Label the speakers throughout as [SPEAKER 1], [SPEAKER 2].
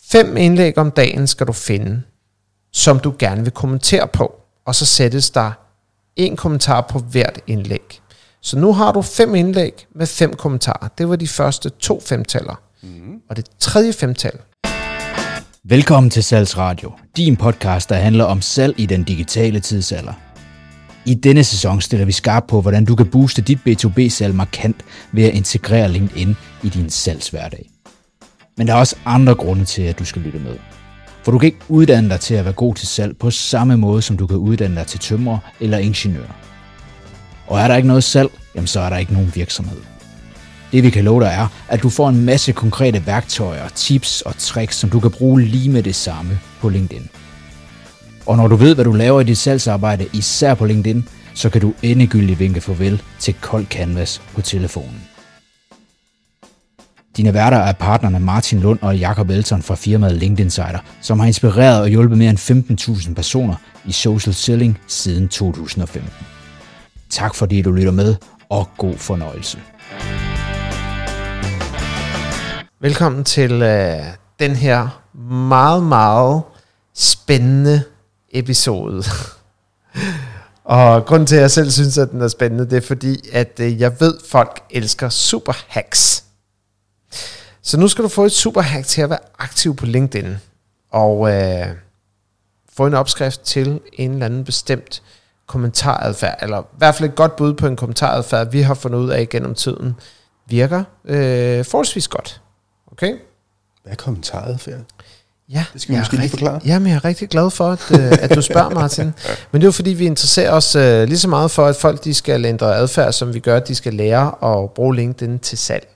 [SPEAKER 1] 5 indlæg om dagen skal du finde, som du gerne vil kommentere på. Og så sættes der 1 kommentar på hvert indlæg. Så nu har du 5 indlæg med 5 kommentarer. Det var de første 2 femtaller. Og det tredje femtal.
[SPEAKER 2] Velkommen til Salgsradio, din podcast, der handler om salg i den digitale tidsalder. I denne sæson stiller vi skarp på, hvordan du kan booste dit B2B-salg markant ved at integrere LinkedIn i din salgshverdag. Men der er også andre grunde til, at du skal lytte med. For du kan ikke uddanne dig til at være god til salg på samme måde, som du kan uddanne dig til tømrer eller ingeniør. Og er der ikke noget salg, jamen så er der ikke nogen virksomhed. Det vi kan love dig er, at du får en masse konkrete værktøjer, tips og tricks, som du kan bruge lige med det samme på LinkedIn. Og når du ved, hvad du laver i dit salgsarbejde, især på LinkedIn, så kan du endegyldigt vinke farvel til kold canvas på telefonen. Dine værter er partnerne Martin Lund og Jakob Elton fra firmaet LinkedIn Insider, som har inspireret og hjulpet mere end 15.000 personer i social selling siden 2015. Tak fordi du lytter med, og god fornøjelse.
[SPEAKER 1] Velkommen til den her meget, meget spændende episode. Og grunden til, at jeg selv synes, at den er spændende, det er fordi, at jeg ved, at folk elsker superhacks. Så nu skal du få et superhack til at være aktiv på LinkedIn, og få en opskrift til en eller anden bestemt kommentaradfærd, eller i hvert fald et godt bud på en kommentaradfærd, vi har fundet ud af gennem tiden, virker forholdsvis godt. Okay?
[SPEAKER 3] Hvad er kommentaradfærd?
[SPEAKER 1] Ja,
[SPEAKER 3] det skal vi måske lige forklare.
[SPEAKER 1] Jamen, jeg er rigtig glad for, at du spørger, Martin. Men det er jo fordi, vi interesserer os lige så meget for, at folk de skal ændre adfærd, som vi gør, at de skal lære at bruge LinkedIn til salg.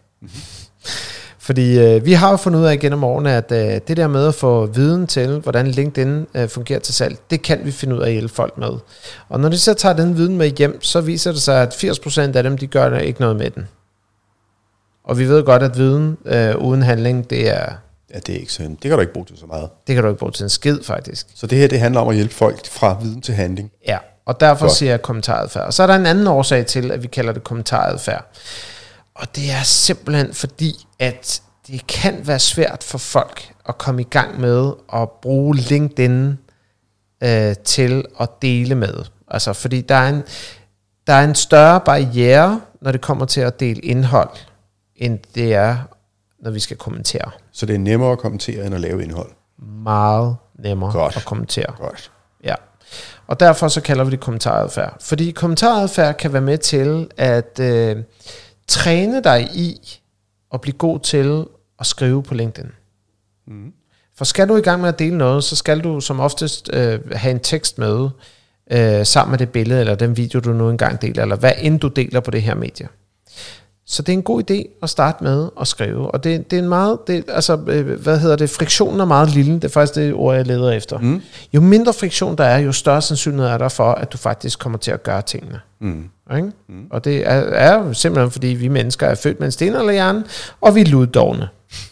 [SPEAKER 1] Fordi vi har jo fundet ud af gennem årene, at det der med at få viden til, hvordan LinkedIn fungerer til salg, det kan vi finde ud af at hjælpe folk med. Og når de så tager den viden med hjem, så viser det sig, at 80% af dem, de gør ikke noget med den. Og vi ved godt, at viden uden handling, det er...
[SPEAKER 3] Ja, det er ikke sådan. Det kan du ikke bruge til så meget.
[SPEAKER 1] Det kan du ikke bruge til en skid, faktisk.
[SPEAKER 3] Så det her, det handler om at hjælpe folk fra viden til handling.
[SPEAKER 1] Ja, og derfor siger jeg kommentaradfærd. Og så er der en anden årsag til, at vi kalder det kommentaradfærd. Og det er simpelthen fordi, at det kan være svært for folk at komme i gang med at bruge LinkedIn til at dele med. Altså, fordi der er en større barriere, når det kommer til at dele indhold, end det er, når vi skal kommentere.
[SPEAKER 3] Så det er nemmere at kommentere, end at lave indhold?
[SPEAKER 1] Meget nemmere at kommentere.
[SPEAKER 3] Godt.
[SPEAKER 1] Ja. Og derfor så kalder vi det kommentaradfærd. Fordi kommentaradfærd kan være med til at træne dig i at blive god til at skrive på LinkedIn. For skal du i gang med at dele noget, så skal du som oftest have en tekst med, sammen med det billede, eller den video, du nu engang deler, eller hvad end du deler på det her medie. Så det er en god idé at starte med at skrive. Og det er en meget, friktionen er meget lille. Det er faktisk det ord, jeg leder efter. Jo mindre friktion der er, jo større sandsynlighed er der for, at du faktisk kommer til at gøre tingene. Okay? Og det er simpelthen, fordi vi mennesker er født med en sten eller hjerne, og vi er luddovne.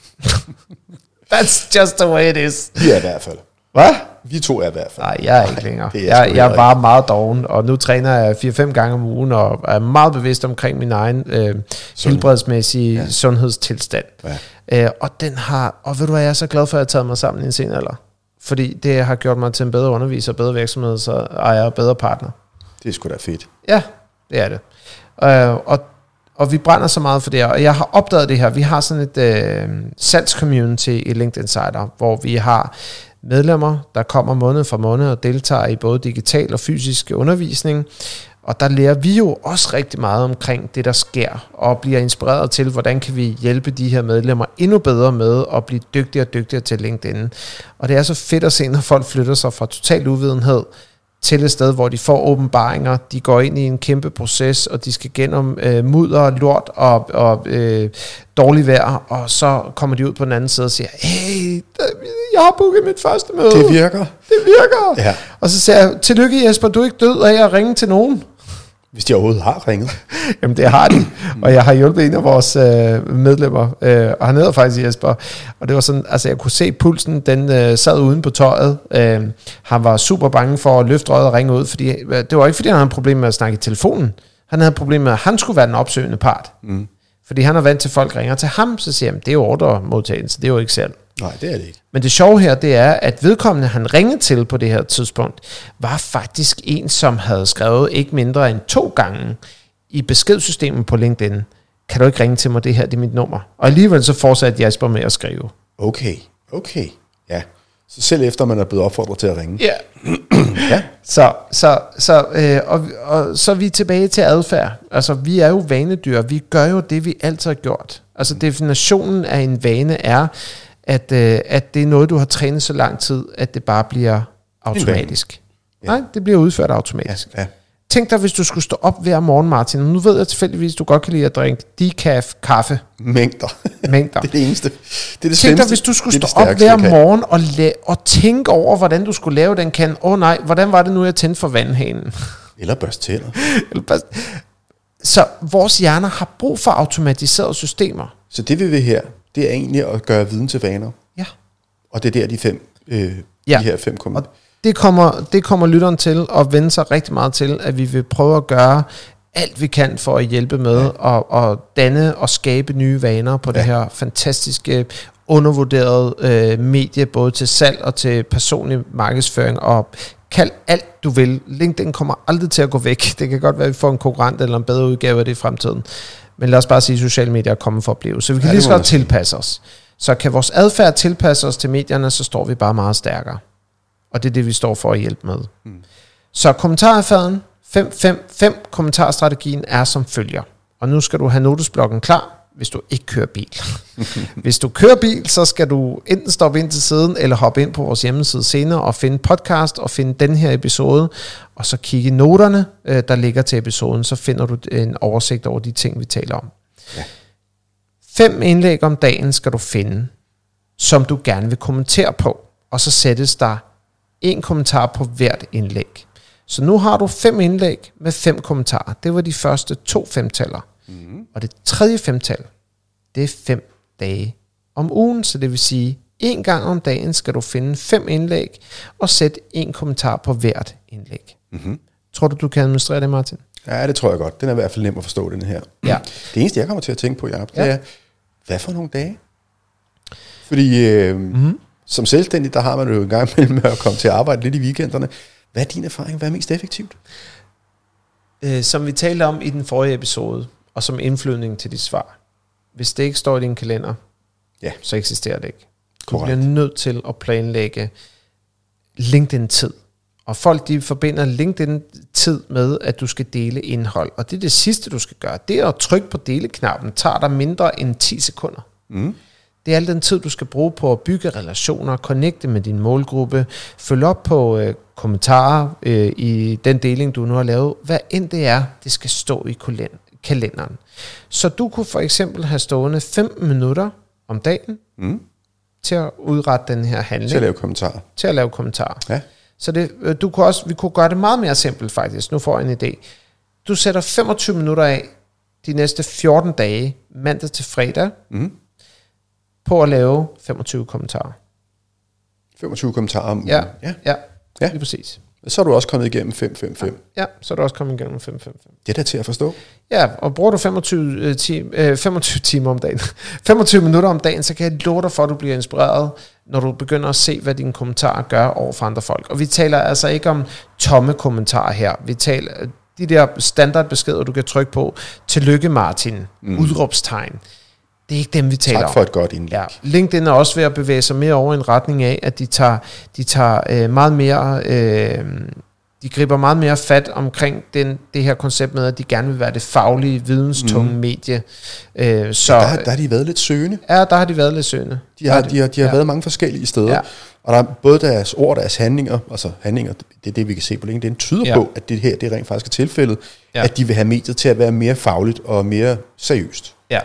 [SPEAKER 1] That's just the way it is.
[SPEAKER 3] Vi er i hvert fald.
[SPEAKER 1] Hvad?
[SPEAKER 3] Vi to er i hvert fald.
[SPEAKER 1] Nej, jeg er ikke længere. Jeg var meget doven, og nu træner jeg 4-5 gange om ugen, og er meget bevidst omkring min egen helbredsmæssige sundhedstilstand. Ja. Og ved du hvad, jeg er så glad for, at jeg har taget mig sammen i en sen alder. Fordi det har gjort mig til en bedre underviser, bedre virksomhedsejer og bedre partner.
[SPEAKER 3] Det er sgu da fedt.
[SPEAKER 1] Ja, det er det. Og vi brænder så meget for det her, og jeg har opdaget det her. Vi har sådan et salgscommunity i LinkedIn Insider, hvor vi har medlemmer, der kommer måned for måned og deltager i både digital og fysisk undervisning. Og der lærer vi jo også rigtig meget omkring det, der sker, og bliver inspireret til, hvordan kan vi hjælpe de her medlemmer endnu bedre med at blive dygtigere og dygtigere til LinkedIn. Og det er så fedt at se, når folk flytter sig fra total uvidenhed til et sted, hvor de får åbenbaringer, de går ind i en kæmpe proces, og de skal gennem mudder og lort og dårlig vejr, og så kommer de ud på den anden side og siger, hey, jeg har booket mit første møde.
[SPEAKER 3] Det virker.
[SPEAKER 1] Ja. Og så siger jeg, tillykke Jesper, du er ikke død af at ringe til nogen.
[SPEAKER 3] Hvis de overhovedet har ringet.
[SPEAKER 1] Jamen det har de, og jeg har hjulpet en af vores medlemmer, og han hedder faktisk Jesper, og det var sådan, altså jeg kunne se pulsen, den sad uden på tøjet. Han var super bange for at løfte røret og ringe ud, fordi det var ikke fordi han havde et problem med at snakke i telefonen, han havde et problem med at han skulle være den opsøgende part, fordi han er vant til at folk ringer til ham, så siger han, det er jo ordremodtagelse, det er jo ikke selv.
[SPEAKER 3] Nej, det er det ikke.
[SPEAKER 1] Men det sjove her, det er, at vedkommende, han ringede til på det her tidspunkt, var faktisk en, som havde skrevet ikke mindre end 2 gange i beskedssystemet på LinkedIn. Kan du ikke ringe til mig, det her, det er mit nummer. Og alligevel så fortsatte Jasper med at skrive.
[SPEAKER 3] Okay, ja. Så selv efter man er blevet opfordret til at ringe.
[SPEAKER 1] Ja.
[SPEAKER 3] Ja.
[SPEAKER 1] Så er vi tilbage til adfærd. Altså, vi er jo vanedyr. Vi gør jo det, vi altid har gjort. Altså, definitionen af en vane er, at det er noget, du har trænet så lang tid, at det bare bliver automatisk.
[SPEAKER 3] Ja.
[SPEAKER 1] Nej, det bliver udført automatisk.
[SPEAKER 3] Ja.
[SPEAKER 1] Tænk dig, hvis du skulle stå op hver morgen, Martin. Nu ved jeg tilfældigvis, du godt kan lide at drikke decaf kaffe.
[SPEAKER 3] Mængder.
[SPEAKER 1] Det
[SPEAKER 3] er det eneste. Det er det
[SPEAKER 1] Tænk dig, hvis du skulle stå op hver morgen og tænke over, hvordan du skulle lave den kan. Nej, hvordan var det nu, jeg tændte for vandhanen?
[SPEAKER 3] Eller børste tænder.
[SPEAKER 1] Så vores hjerner har brug for automatiserede systemer.
[SPEAKER 3] Så det vi vil her, det er egentlig at gøre viden til vaner.
[SPEAKER 1] Ja.
[SPEAKER 3] Og det er der de her 5 kommer.
[SPEAKER 1] Og det kommer lytteren til at vende sig rigtig meget til, at vi vil prøve at gøre alt vi kan for at hjælpe med at danne og skabe nye vaner på det her fantastiske, undervurderede medie, både til salg og til personlig markedsføring, og kald alt du vil. LinkedIn kommer aldrig til at gå væk. Det kan godt være, at vi får en konkurrent eller en bedre udgave af det i fremtiden. Men lad os bare sige, at sociale medier er kommet for at blive. Så vi kan lige så godt tilpasse os. Så kan vores adfærd tilpasse os til medierne, så står vi bare meget stærkere. Og det er det, vi står for at hjælpe med. Så kommentaradfærden, 5 kommentarstrategien er som følger. Og nu skal du have notesblokken klar, hvis du ikke kører bil. Hvis du kører bil, så skal du enten stoppe ind til siden, eller hoppe ind på vores hjemmeside senere og finde podcast, og finde den her episode, og så kigge i noterne, der ligger til episoden, så finder du en oversigt over de ting, vi taler om. Ja. 5 indlæg om dagen skal du finde, som du gerne vil kommentere på, og så sættes der 1 kommentar på hvert indlæg. Så nu har du 5 indlæg med 5 kommentarer. Det var de første 2 femtaller. Og det tredje femtal, det er 5 dage om ugen. Så det vil sige, 1 gang om dagen skal du finde 5 indlæg, og sætte 1 kommentar på hvert indlæg. Tror du kan administrere det, Martin?
[SPEAKER 3] Ja, det tror jeg godt. Den er i hvert fald nem at forstå, den her.
[SPEAKER 1] Ja.
[SPEAKER 3] Det eneste, jeg kommer til at tænke på, Jacob, det er, hvad for nogle dage? Fordi som selvstændig, der har man jo en gang imellem med at komme til at arbejde lidt i weekenderne. Hvad er din erfaring? Hvad er mest effektivt?
[SPEAKER 1] Som vi talte om i den forrige episode, og som indflydning til dit svar. Hvis det ikke står i din kalender, så eksisterer det ikke. Du bliver nødt til at planlægge LinkedIn-tid. Og folk, de forbinder LinkedIn-tid med, at du skal dele indhold. Og det er det sidste, du skal gøre. Det er at trykke på deleknappen, tager dig mindre end 10 sekunder. Det er al den tid, du skal bruge på at bygge relationer, connecte med din målgruppe, følge op på kommentarer i den deling, du nu har lavet. Hvad end det er, det skal stå i kalenderen. Så du kunne for eksempel have stående 15 minutter om dagen til at udrette den her handling.
[SPEAKER 3] Til at lave kommentarer.
[SPEAKER 1] Ja. Så vi kunne gøre det meget mere simpelt faktisk. Nu får jeg en idé. Du sætter 25 minutter af de næste 14 dage, mandag til fredag, på at lave 25 kommentarer.
[SPEAKER 3] 25 kommentarer om ugen.
[SPEAKER 1] Ja, lige præcis.
[SPEAKER 3] Så er du også kommet igennem 5-5-5.
[SPEAKER 1] Ja, så er du også kommet igennem 5-5-5.
[SPEAKER 3] Det er da til at forstå.
[SPEAKER 1] Ja, og bruger du 25 timer om dagen, 25 minutter om dagen, så kan jeg love dig for, at du bliver inspireret, når du begynder at se, hvad dine kommentarer gør over for andre folk. Og vi taler altså ikke om tomme kommentarer her. Vi taler de der standardbeskeder, du kan trykke på. Tillykke Martin, udråbstegn. Det er ikke dem, vi taler om.
[SPEAKER 3] Tak for et godt indlæg.
[SPEAKER 1] Ja. LinkedIn er også ved at bevæge sig mere over i en retning af, at de tager meget mere, de griber meget mere fat omkring det her koncept med, at de gerne vil være det faglige, videnstunge medie. Så
[SPEAKER 3] der har de været lidt søgende.
[SPEAKER 1] Ja, der har de været lidt søgende.
[SPEAKER 3] De har været mange forskellige steder. Ja. Og der er både deres ord og deres handlinger, altså handlinger, det er det, vi kan se på LinkedIn, tyder på, at det her det rent faktisk er tilfældet, at de vil have mediet til at være mere fagligt og mere seriøst.
[SPEAKER 1] Ja.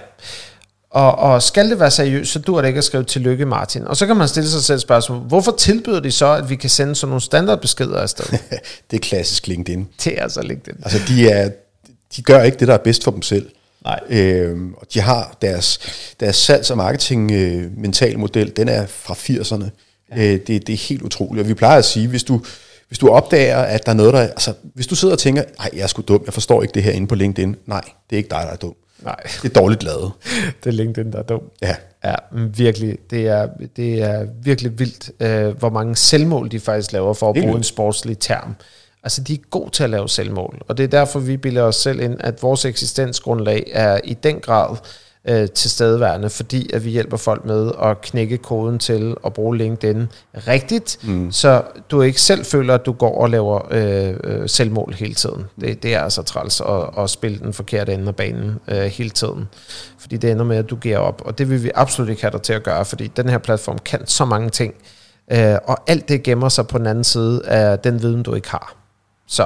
[SPEAKER 1] Og skal det være seriøst, så dur det ikke at skrive tillykke Martin. Og så kan man stille sig selv spørgsmål, hvorfor tilbyder de så, at vi kan sende sådan nogle standardbeskeder afsted?
[SPEAKER 3] Det er klassisk LinkedIn.
[SPEAKER 1] Det er altså LinkedIn.
[SPEAKER 3] Altså de gør ikke det, der er bedst for dem selv.
[SPEAKER 1] Nej.
[SPEAKER 3] Og de har deres salgs- og marketing model, den er fra 80'erne. Ja. Det er helt utroligt. Og vi plejer at sige, hvis du opdager, at der er noget, der... Altså, hvis du sidder og tænker, nej, jeg er sgu dum, jeg forstår ikke det her inde på LinkedIn. Nej, det er ikke dig, der er dum.
[SPEAKER 1] Nej.
[SPEAKER 3] Det er dårligt lavet.
[SPEAKER 1] Det er LinkedIn, der er dum.
[SPEAKER 3] Ja.
[SPEAKER 1] Ja, virkelig. Det er virkelig vildt, hvor mange selvmål de faktisk laver for at bruge en sportslig term. Altså, de er gode til at lave selvmål, og det er derfor, vi bilder os selv ind, at vores eksistensgrundlag er i den grad tilstedeværende, fordi at vi hjælper folk med at knække koden til at bruge LinkedIn rigtigt, så du ikke selv føler, at du går og laver selvmål hele tiden. Det er altså træls at spille den forkerte ende af banen hele tiden, fordi det ender med, at du giver op, og det vil vi absolut ikke have dig til at gøre, fordi den her platform kan så mange ting, og alt det gemmer sig på den anden side af den viden, du ikke har. Så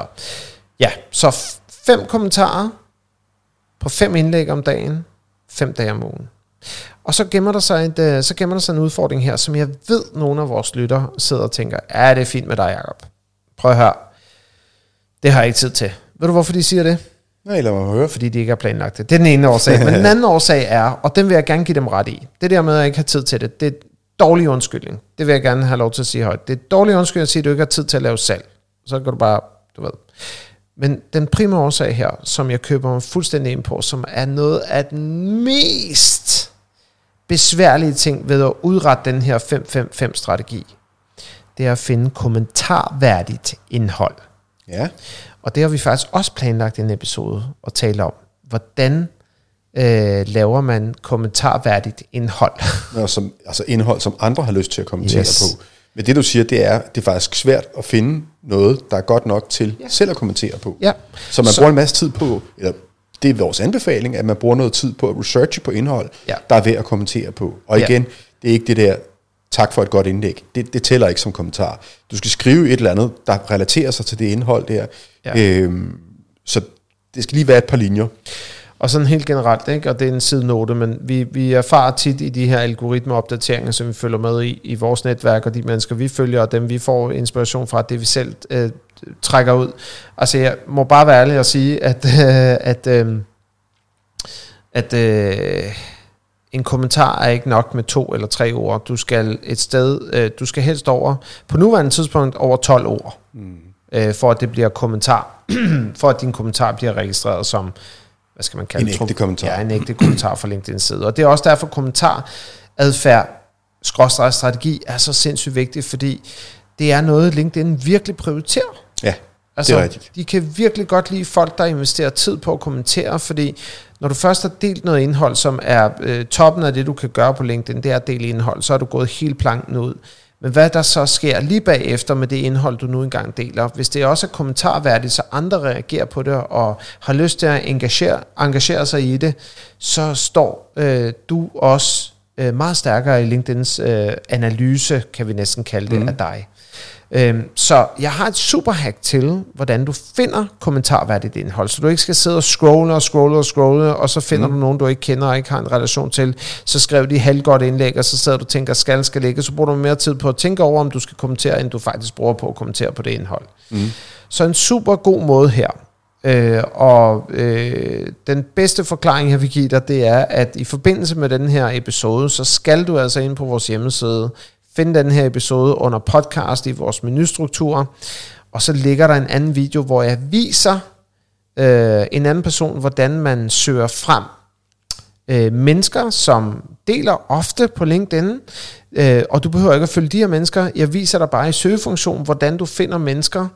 [SPEAKER 1] 5 kommentarer på 5 indlæg om dagen, 5 dage om ugen. Og så gemmer der sig en udfordring her, som jeg ved, nogle af vores lyttere sidder og tænker, ja, det er fint med dig, Jacob. Prøv at høre. Det har jeg ikke tid til. Ved du, hvorfor de siger det?
[SPEAKER 3] Nej, lad mig høre.
[SPEAKER 1] Fordi de ikke har planlagt det. Det er den ene årsag. Men den anden årsag er, og den vil jeg gerne give dem ret i, det der med, at jeg ikke har tid til det, det er dårlig undskyldning. Det vil jeg gerne have lov til at sige højt. Det er dårlig undskyldning at sige, at du ikke har tid til at lave salg. Så kan du bare, du ved. Men den primære årsag her, som jeg køber mig fuldstændig ind på, som er noget af den mest besværlige ting ved at udrette den her 5-5-5-strategi, det er at finde kommentarværdigt indhold.
[SPEAKER 3] Ja.
[SPEAKER 1] Og det har vi faktisk også planlagt en episode at tale om. Hvordan laver man kommentarværdigt indhold?
[SPEAKER 3] Altså indhold, som andre har lyst til at kommentere på. Men det du siger, det er faktisk svært at finde noget, der er godt nok til selv at kommentere på.
[SPEAKER 1] Ja.
[SPEAKER 3] Så man bruger en masse tid på, eller det er vores anbefaling, at man bruger noget tid på at researche på indhold, der er ved at kommentere på. Og igen, det er ikke det der, tak for et godt indlæg. Det tæller ikke som kommentar. Du skal skrive et eller andet, der relaterer sig til det indhold der. Ja. Så det skal lige være et par linjer.
[SPEAKER 1] Og sådan helt generelt, ikke? Og det er en sidenote, men vi erfarer tit i de her algoritmeopdateringer, som vi følger med i vores netværk, og de mennesker, vi følger, og dem, vi får inspiration fra, det vi selv trækker ud. Altså, jeg må bare være ærlig og sige, at en kommentar er ikke nok med 2 eller 3 ord. Du skal et sted, du skal helst over, på nuværende tidspunkt, over 12 ord, for at det bliver kommentar, for at din kommentar bliver registreret som, hvad skal man kalde det?
[SPEAKER 3] En ægte kommentar.
[SPEAKER 1] Ja, en ægte kommentar fra LinkedIn side. Og det er også derfor, kommentaradfærd, /strategi er så sindssygt vigtigt, fordi det er noget, LinkedIn virkelig prioriterer.
[SPEAKER 3] Ja,
[SPEAKER 1] altså,
[SPEAKER 3] det er rigtigt.
[SPEAKER 1] De kan virkelig godt lide folk, der investerer tid på at kommentere, fordi når du først har delt noget indhold, som er toppen af det, du kan gøre på LinkedIn, det er at dele indhold, så er du gået helt planken ud. Men hvad der så sker lige bagefter med det indhold, du nu engang deler, hvis det også er kommentarværdigt, så andre reagerer på det og har lyst til at engagere sig i det, så står du også meget stærkere i LinkedIns analyse, kan vi næsten kalde det, af dig. Så jeg har et super hack til, hvordan du finder kommentarværdigt indhold, så du ikke skal sidde og scrolle, og så finder du nogen, du ikke kender og ikke har en relation til, så skriv de halvgodt indlæg, og så sidder du og tænker, skal ligge, så bruger du mere tid på at tænke over, om du skal kommentere, end du faktisk bruger på at kommentere på det indhold. Så en super god måde her, den bedste forklaring, jeg vil give dig, det er, at i forbindelse med den her episode, så skal du altså ind på vores hjemmeside, finde den her episode under podcast i vores menustruktur, og så ligger der en anden video, hvor jeg viser en anden person, hvordan man søger frem mennesker, som deler ofte på LinkedIn, og du behøver ikke at følge de her mennesker. Jeg viser dig bare i søgefunktionen, hvordan du finder mennesker,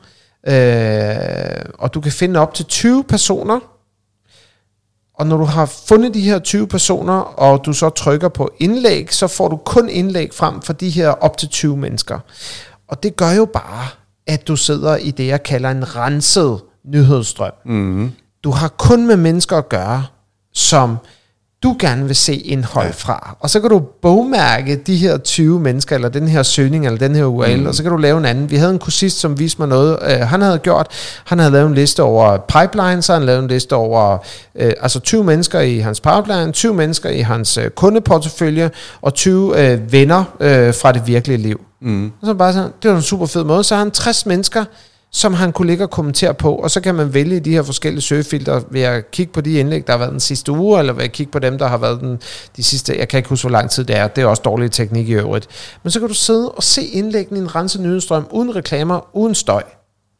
[SPEAKER 1] og du kan finde op til 20 personer. Og når du har fundet de her 20 personer, og du så trykker på indlæg, så får du kun indlæg frem for de her op til 20 mennesker. Og det gør jo bare, at du sidder i det, jeg kalder en renset nyhedsstrøm. Du har kun med mennesker at gøre, som du gerne vil se indhold fra. Og så kan du bogmærke de her 20 mennesker, eller den her søgning, eller den her URL, og så kan du lave en anden. Vi havde en kursist, som viste mig noget, han havde gjort. Han havde lavet en liste over pipelines, så han lavede en liste over 20 mennesker i hans pipeline, 20 mennesker i hans kundeportefølje, og 20 venner fra det virkelige liv. Og så bare sådan, det var en super fed måde. Så har han 60 mennesker, som han kunne ligge og kommentere på, og så kan man vælge de her forskellige søgefilter ved at kigge på de indlæg, der har været den sidste uge, eller ved at kigge på dem, der har været de sidste, jeg kan ikke huske, hvor lang tid det er også dårlig teknik i øvrigt. Men så kan du sidde og se indlæggene i en renset nyhedsstrøm, uden reklamer, uden støj.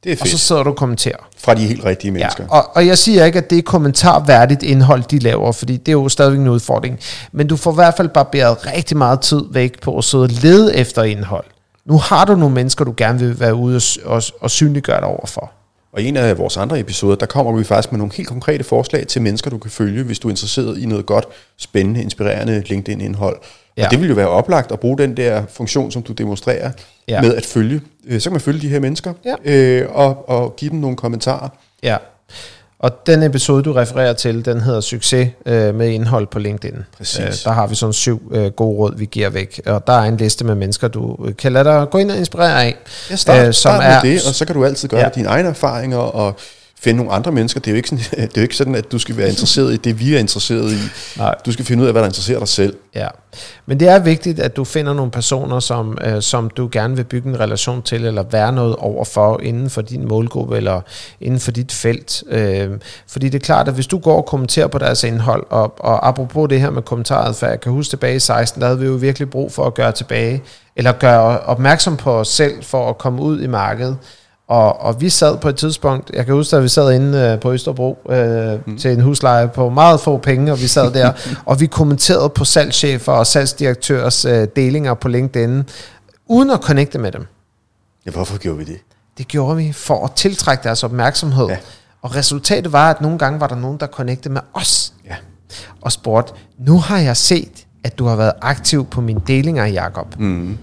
[SPEAKER 3] Det er fedt.
[SPEAKER 1] Og så sidder du og kommenterer.
[SPEAKER 3] Fra de helt rigtige mennesker.
[SPEAKER 1] Ja, og jeg siger ikke, at det er kommentarværdigt indhold, de laver, fordi det er jo stadigvæk en udfordring. Men du får i hvert fald barberet rigtig meget tid væk på at sidde og lede efter indhold. Nu har du nogle mennesker, du gerne vil være ude og synliggøre dig overfor.
[SPEAKER 3] Og i en af vores andre episoder, der kommer vi faktisk med nogle helt konkrete forslag til mennesker, du kan følge, hvis du er interesseret i noget godt, spændende, inspirerende LinkedIn-indhold. Ja. Og det vil jo være oplagt at bruge den der funktion, som du demonstrerer med at følge. Så kan man følge de her mennesker og give dem nogle kommentarer. Ja,
[SPEAKER 1] og den episode, du refererer til, den hedder Succes med indhold på LinkedIn.
[SPEAKER 3] Præcis.
[SPEAKER 1] Der har vi sådan 7 gode råd, vi giver væk. Og der er en liste med mennesker, du kan lade dig gå ind og inspirere af.
[SPEAKER 3] Ja, start med det, og så kan du altid gøre dine egne erfaringer og finde nogle andre mennesker. Det er jo ikke sådan, at du skal være interesseret i det, vi er interesseret i. Nej. Du skal finde ud af, hvad der interesserer dig selv.
[SPEAKER 1] Ja, men det er vigtigt, at du finder nogle personer, som du gerne vil bygge en relation til, eller være noget overfor inden for din målgruppe, eller inden for dit felt. Fordi det er klart, at hvis du går og kommenterer på deres indhold, og apropos det her med kommentaradfærd, jeg kan huske tilbage i 16, der havde vi jo virkelig brug for at gøre opmærksom på os selv, for at komme ud i markedet. Og vi sad på et tidspunkt, jeg kan huske, at vi sad inde på Østerbro til en husleje på meget få penge, og vi sad der, og vi kommenterede på salgschefer og salgsdirektørers delinger på LinkedIn, uden at connecte med dem.
[SPEAKER 3] Ja, hvorfor gjorde vi det?
[SPEAKER 1] Det gjorde vi for at tiltrække deres opmærksomhed. Ja. Og resultatet var, at nogle gange var der nogen, der connectede med os. Ja. Og spurgte, nu har jeg set, at du har været aktiv på mine delinger, Jakob.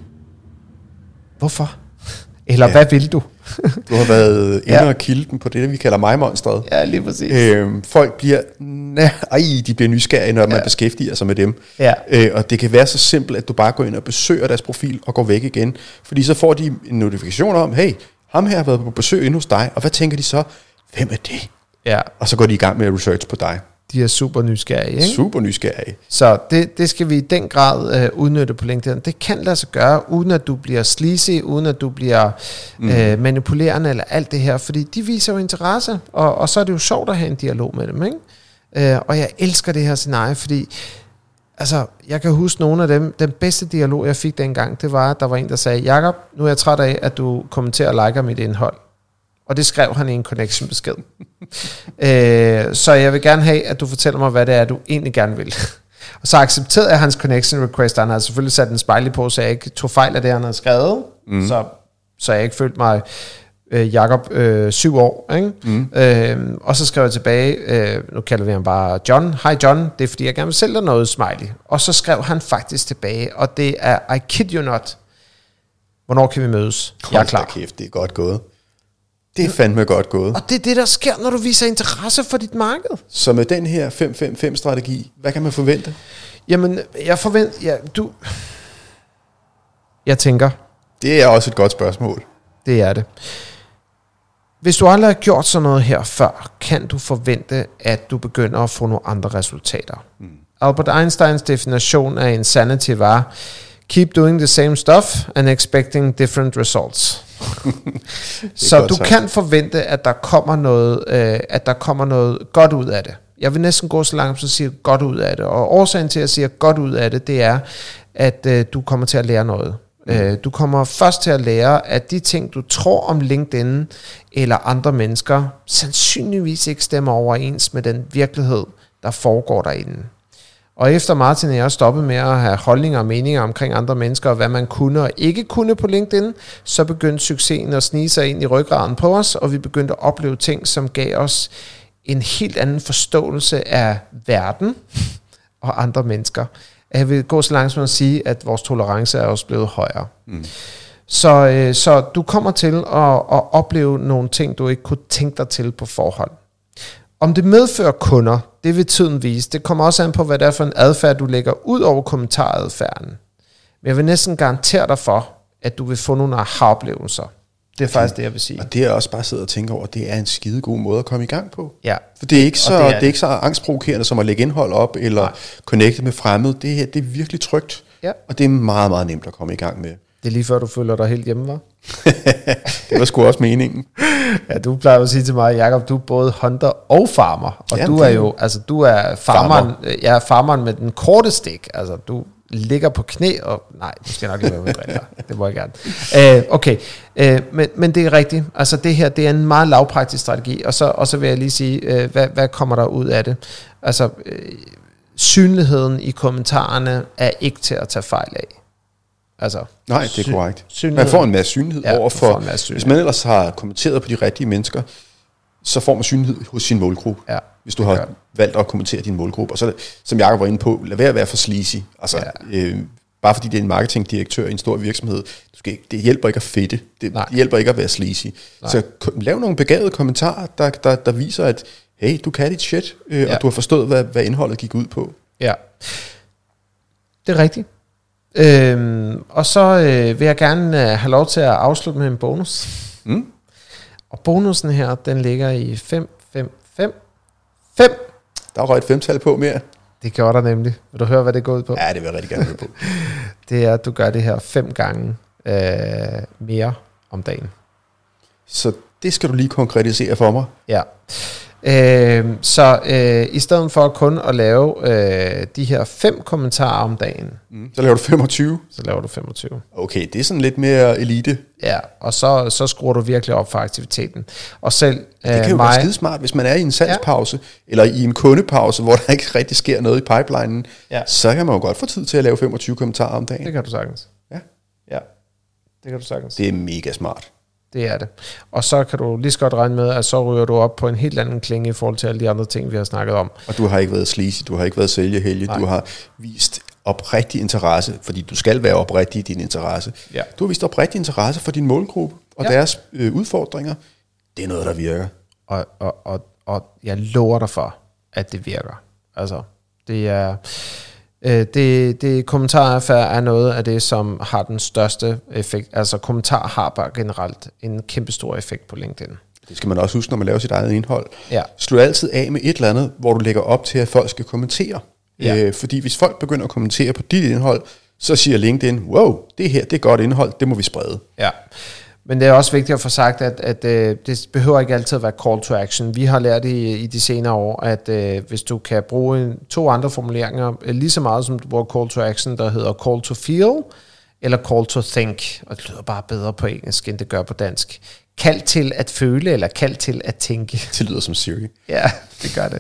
[SPEAKER 1] Hvorfor? Eller hvad vil du?
[SPEAKER 3] Du har været inde og kilden på det, vi kalder mig-monstret.
[SPEAKER 1] Ja, lige præcis.
[SPEAKER 3] Folk bliver, de bliver nysgerrige, når man beskæftiger sig med dem. Ja. Og det kan være så simpelt, at du bare går ind og besøger deres profil og går væk igen. Fordi så får de en notifikation om, hey, ham her har været på besøg inde hos dig, og hvad tænker de så? Hvem er det? Ja. Og så går de i gang med at research på dig.
[SPEAKER 1] De er super nysgerrige, ikke?
[SPEAKER 3] Super nysgerrige.
[SPEAKER 1] Så det skal vi i den grad udnytte på LinkedIn. Det kan lade sig gøre, uden at du bliver sleazy, uden at du bliver manipulerende eller alt det her, fordi de viser jo interesse, og så er det jo sjovt at have en dialog med dem, ikke? Og jeg elsker det her scenarie, fordi altså, jeg kan huske nogle af dem, den bedste dialog, jeg fik dengang, det var, at der var en, der sagde, Jakob, nu er jeg træt af, at du kommenterer og liker mit indhold. Og det skrev han i en connection-besked. Så jeg vil gerne have, at du fortæller mig, hvad det er, du egentlig gerne vil. Og så accepterede jeg hans connection request. Han havde selvfølgelig sat en spejling på, så jeg ikke tog fejl af det, han havde skrevet. Så jeg ikke følte mig Jakob 7 år. Ikke? Og så skrev jeg tilbage, nu kalder vi ham bare John. Hej John, det er fordi, jeg gerne vil sælge dig noget, smiley. Og så skrev han faktisk tilbage, og det er, I kid you not, hvornår kan vi mødes? Jeg er klar.
[SPEAKER 3] Kæft, det er godt gået. Det er fandme godt gået.
[SPEAKER 1] Og det er det, der sker, når du viser interesse for dit marked.
[SPEAKER 3] Så med den her 5-5-5-strategi, hvad kan man forvente?
[SPEAKER 1] Jamen, jeg tænker...
[SPEAKER 3] Det er også et godt spørgsmål.
[SPEAKER 1] Det er det. Hvis du aldrig har gjort sådan noget her før, kan du forvente, at du begynder at få nogle andre resultater. Albert Einsteins definition af insanity var... Keep doing the same stuff and expecting different results. Så du kan forvente, at der kommer noget godt ud af det. Jeg vil næsten gå så langt, så siger godt ud af det. Og årsagen til, at jeg siger godt ud af det, det er, at du kommer til at lære noget. Du kommer først til at lære, at de ting, du tror om LinkedIn eller andre mennesker, sandsynligvis ikke stemmer overens med den virkelighed, der foregår derinde. Og efter Martin og jeg stoppede med at have holdninger og meninger omkring andre mennesker, og hvad man kunne og ikke kunne på LinkedIn, så begyndte succesen at snige sig ind i ryggraden på os, og vi begyndte at opleve ting, som gav os en helt anden forståelse af verden og andre mennesker. Jeg vil gå så langt som at sige, at vores tolerance er også blevet højere. Så du kommer til at opleve nogle ting, du ikke kunne tænke dig til på forhånd. Om det medfører kunder, det vil tiden vise. Det kommer også an på, hvad det er for en adfærd, du lægger ud over kommentaradfærden. Men jeg vil næsten garantere dig for, at du vil få nogle aha-oplevelser. Det er faktisk det, jeg vil sige.
[SPEAKER 3] Og det er også bare siddet og tænke over, at det er en skidegod måde at komme i gang på. Ja. For det er ikke så angstprovokerende som at lægge indhold op, eller connecte med fremmede. Det er virkelig trygt, og det er meget, meget nemt at komme i gang med.
[SPEAKER 1] Det er lige før, du føler dig helt hjemme, var?
[SPEAKER 3] Det var sgu også meningen.
[SPEAKER 1] Ja, du plejer at sige til mig, Jakob, du er både hunter og farmer. Og du er jo, altså du er farmeren, jeg er farmeren med den korte stik. Altså ligger på knæ, og nej, du skal nok lige være med briller. Det må jeg gerne. Okay, men det er rigtigt. Altså det her, det er en meget lavpraktisk strategi, og så vil jeg lige sige, hvad kommer der ud af det? Altså, synligheden i kommentarerne er ikke til at tage fejl af. Altså,
[SPEAKER 3] nej, det er korrekt. Man får en masse synlighed overfor, hvis man ellers har kommenteret på de rigtige mennesker, så får man synlighed hos sin målgruppe. Ja, hvis du har valgt at kommentere din målgruppe. Og så, som Jacob var inde på, lad være at være for sleazy. Altså, bare fordi det er en marketingdirektør i en stor virksomhed, det hjælper ikke at fedte. Det hjælper ikke at være sleazy. Nej. Så lav nogle begavede kommentarer, der viser, at hey, du kan dit shit, og du har forstået, hvad indholdet gik ud på. Ja,
[SPEAKER 1] det er rigtigt. Og så vil jeg gerne have lov til at afslutte med en bonus. Og bonusen her, den ligger i 5, 5, 5, 5.
[SPEAKER 3] Der var et 5-tal på mere.
[SPEAKER 1] Det gjorde der nemlig. Vil du høre, hvad det går ud på?
[SPEAKER 3] Ja, det vil jeg rigtig gerne høre på.
[SPEAKER 1] Det er, at du gør det her 5 gange mere om dagen.
[SPEAKER 3] Så det skal du lige konkretisere for mig.
[SPEAKER 1] Ja. Så i stedet for kun at lave de her 5 kommentarer om dagen,
[SPEAKER 3] så laver du 25.
[SPEAKER 1] Så laver du 25.
[SPEAKER 3] Okay, det er sådan lidt mere elite.
[SPEAKER 1] Ja, og så skruer du virkelig op for aktiviteten. Og selv
[SPEAKER 3] det kan jo være skidesmart, hvis man er i en salgspause, eller i en kundepause, hvor der ikke rigtig sker noget i pipelinen, så kan man jo godt få tid til at lave 25 kommentarer om dagen.
[SPEAKER 1] Det kan du sagtens.
[SPEAKER 3] Ja,
[SPEAKER 1] det kan du sagtens.
[SPEAKER 3] Det er mega smart.
[SPEAKER 1] Det er det. Og så kan du lige så godt regne med, at så ryger du op på en helt anden klinge i forhold til alle de andre ting, vi har snakket om.
[SPEAKER 3] Og du har ikke været sleazy, du har ikke været sælgerheldig, du har vist oprigtig interesse, fordi du skal være oprigtig i din interesse. Ja. Du har vist oprigtig interesse for din målgruppe og deres udfordringer. Det er noget, der virker.
[SPEAKER 1] Og jeg lover dig for, at det virker. Altså, det er... Det kommentaraffære er noget af det, som har den største effekt. Altså kommentar har bare generelt en kæmpe stor effekt på LinkedIn.
[SPEAKER 3] Det skal man også huske, når man laver sit eget indhold. Ja. Slå altid af med et eller andet, hvor du lægger op til, at folk skal kommentere. Ja. Fordi hvis folk begynder at kommentere på dit indhold, så siger LinkedIn, wow, det her det er godt indhold, det må vi sprede. Ja.
[SPEAKER 1] Men det er også vigtigt at få sagt, at det behøver ikke altid at være call to action. Vi har lært i de senere år, at hvis du kan bruge 2 andre formuleringer, lige så meget som du bruger call to action, der hedder call to feel, eller call to think, og det lyder bare bedre på engelsk, end det gør på dansk. Kald til at føle, eller kald til at tænke.
[SPEAKER 3] Det lyder som Siri.
[SPEAKER 1] Ja, det gør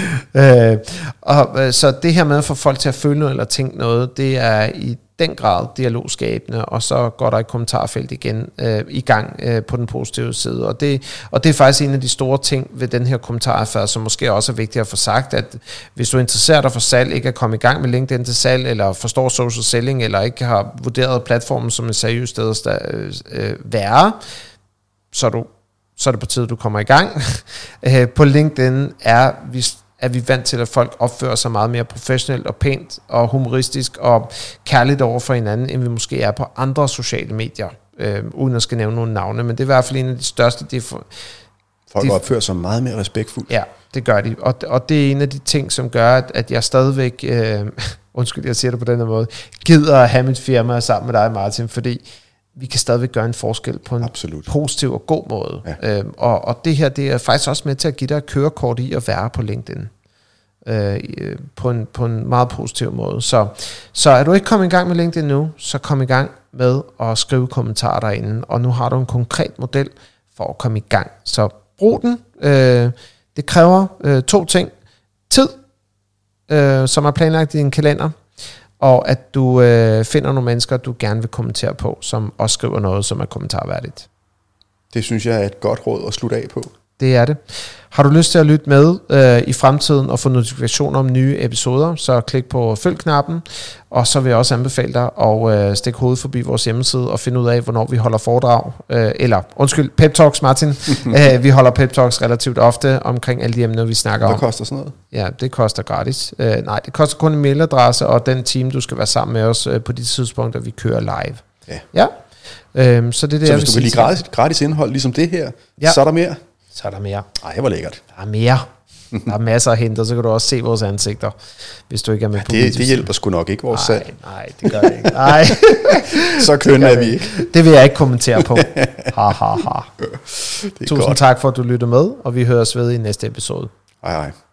[SPEAKER 1] det. Så det her med at få folk til at føle noget, eller tænke noget, det er i den grad dialogskabende, og så går der et kommentarfelt igen i gang på den positive side. Og det er faktisk en af de store ting ved den her kommentaraffære, som måske også er vigtigt at få sagt, at hvis du interesserer dig for salg, ikke er kommet i gang med LinkedIn til salg, eller forstår social selling, eller ikke har vurderet platformen som et seriøst sted at være, så er det på tide, du kommer i gang. På LinkedIn er vi vant til, at folk opfører sig meget mere professionelt og pænt og humoristisk og kærligt over for hinanden, end vi måske er på andre sociale medier, uden at skal nævne nogle navne, men det er i hvert fald en af de største.
[SPEAKER 3] Folk opfører sig meget mere respektfuldt.
[SPEAKER 1] Ja, det gør de, og det er en af de ting, som gør, at jeg stadigvæk, undskyld, jeg siger det på den her måde, gider at have mit firma sammen med dig, Martin, fordi vi kan stadigvæk gøre en forskel på en positiv og god måde. Ja. Og det her, det er faktisk også med til at give dig et kørekort i at være på LinkedIn. På en meget positiv måde. Så er du ikke kommet i gang med LinkedIn nu, så kom i gang med at skrive kommentarer derinde. Og nu har du en konkret model for at komme i gang. Så brug den. Det kræver 2 ting. Tid, som er planlagt i din kalender, og at du finder nogle mennesker, du gerne vil kommentere på, som også skriver noget, som er kommentarværdigt.
[SPEAKER 3] Det synes jeg er et godt råd at slutte af på.
[SPEAKER 1] Det er det. Har du lyst til at lytte med i fremtiden og få notifikationer om nye episoder, så klik på følg-knappen, og så vil jeg også anbefale dig at stikke hovedet forbi vores hjemmeside og finde ud af, hvornår vi holder foredrag. Pep Talks, Martin. Vi holder Pep Talks relativt ofte omkring alle de emner, vi snakker om.
[SPEAKER 3] Hvad koster sådan noget?
[SPEAKER 1] Ja, det koster gratis. Nej, det koster kun en mailadresse og den team, du skal være sammen med os på de tidspunkter, vi kører live. Ja. Så det er det,
[SPEAKER 3] så hvis du vil lide gratis indhold ligesom det her, så er der mere?
[SPEAKER 1] Så er der mere.
[SPEAKER 3] Ej, hvor lækkert.
[SPEAKER 1] Der er mere. Der er masser at hente, så kan du også se vores ansigter, hvis du ikke er med på
[SPEAKER 3] det hjælper sgu nok ikke vores salg.
[SPEAKER 1] Nej, det gør det ikke. Nej.
[SPEAKER 3] Så kønner er vi ikke.
[SPEAKER 1] Det vil jeg ikke kommentere på. Tusind tak for, at du lytter med, og vi høres ved i næste episode.
[SPEAKER 3] Hej hej.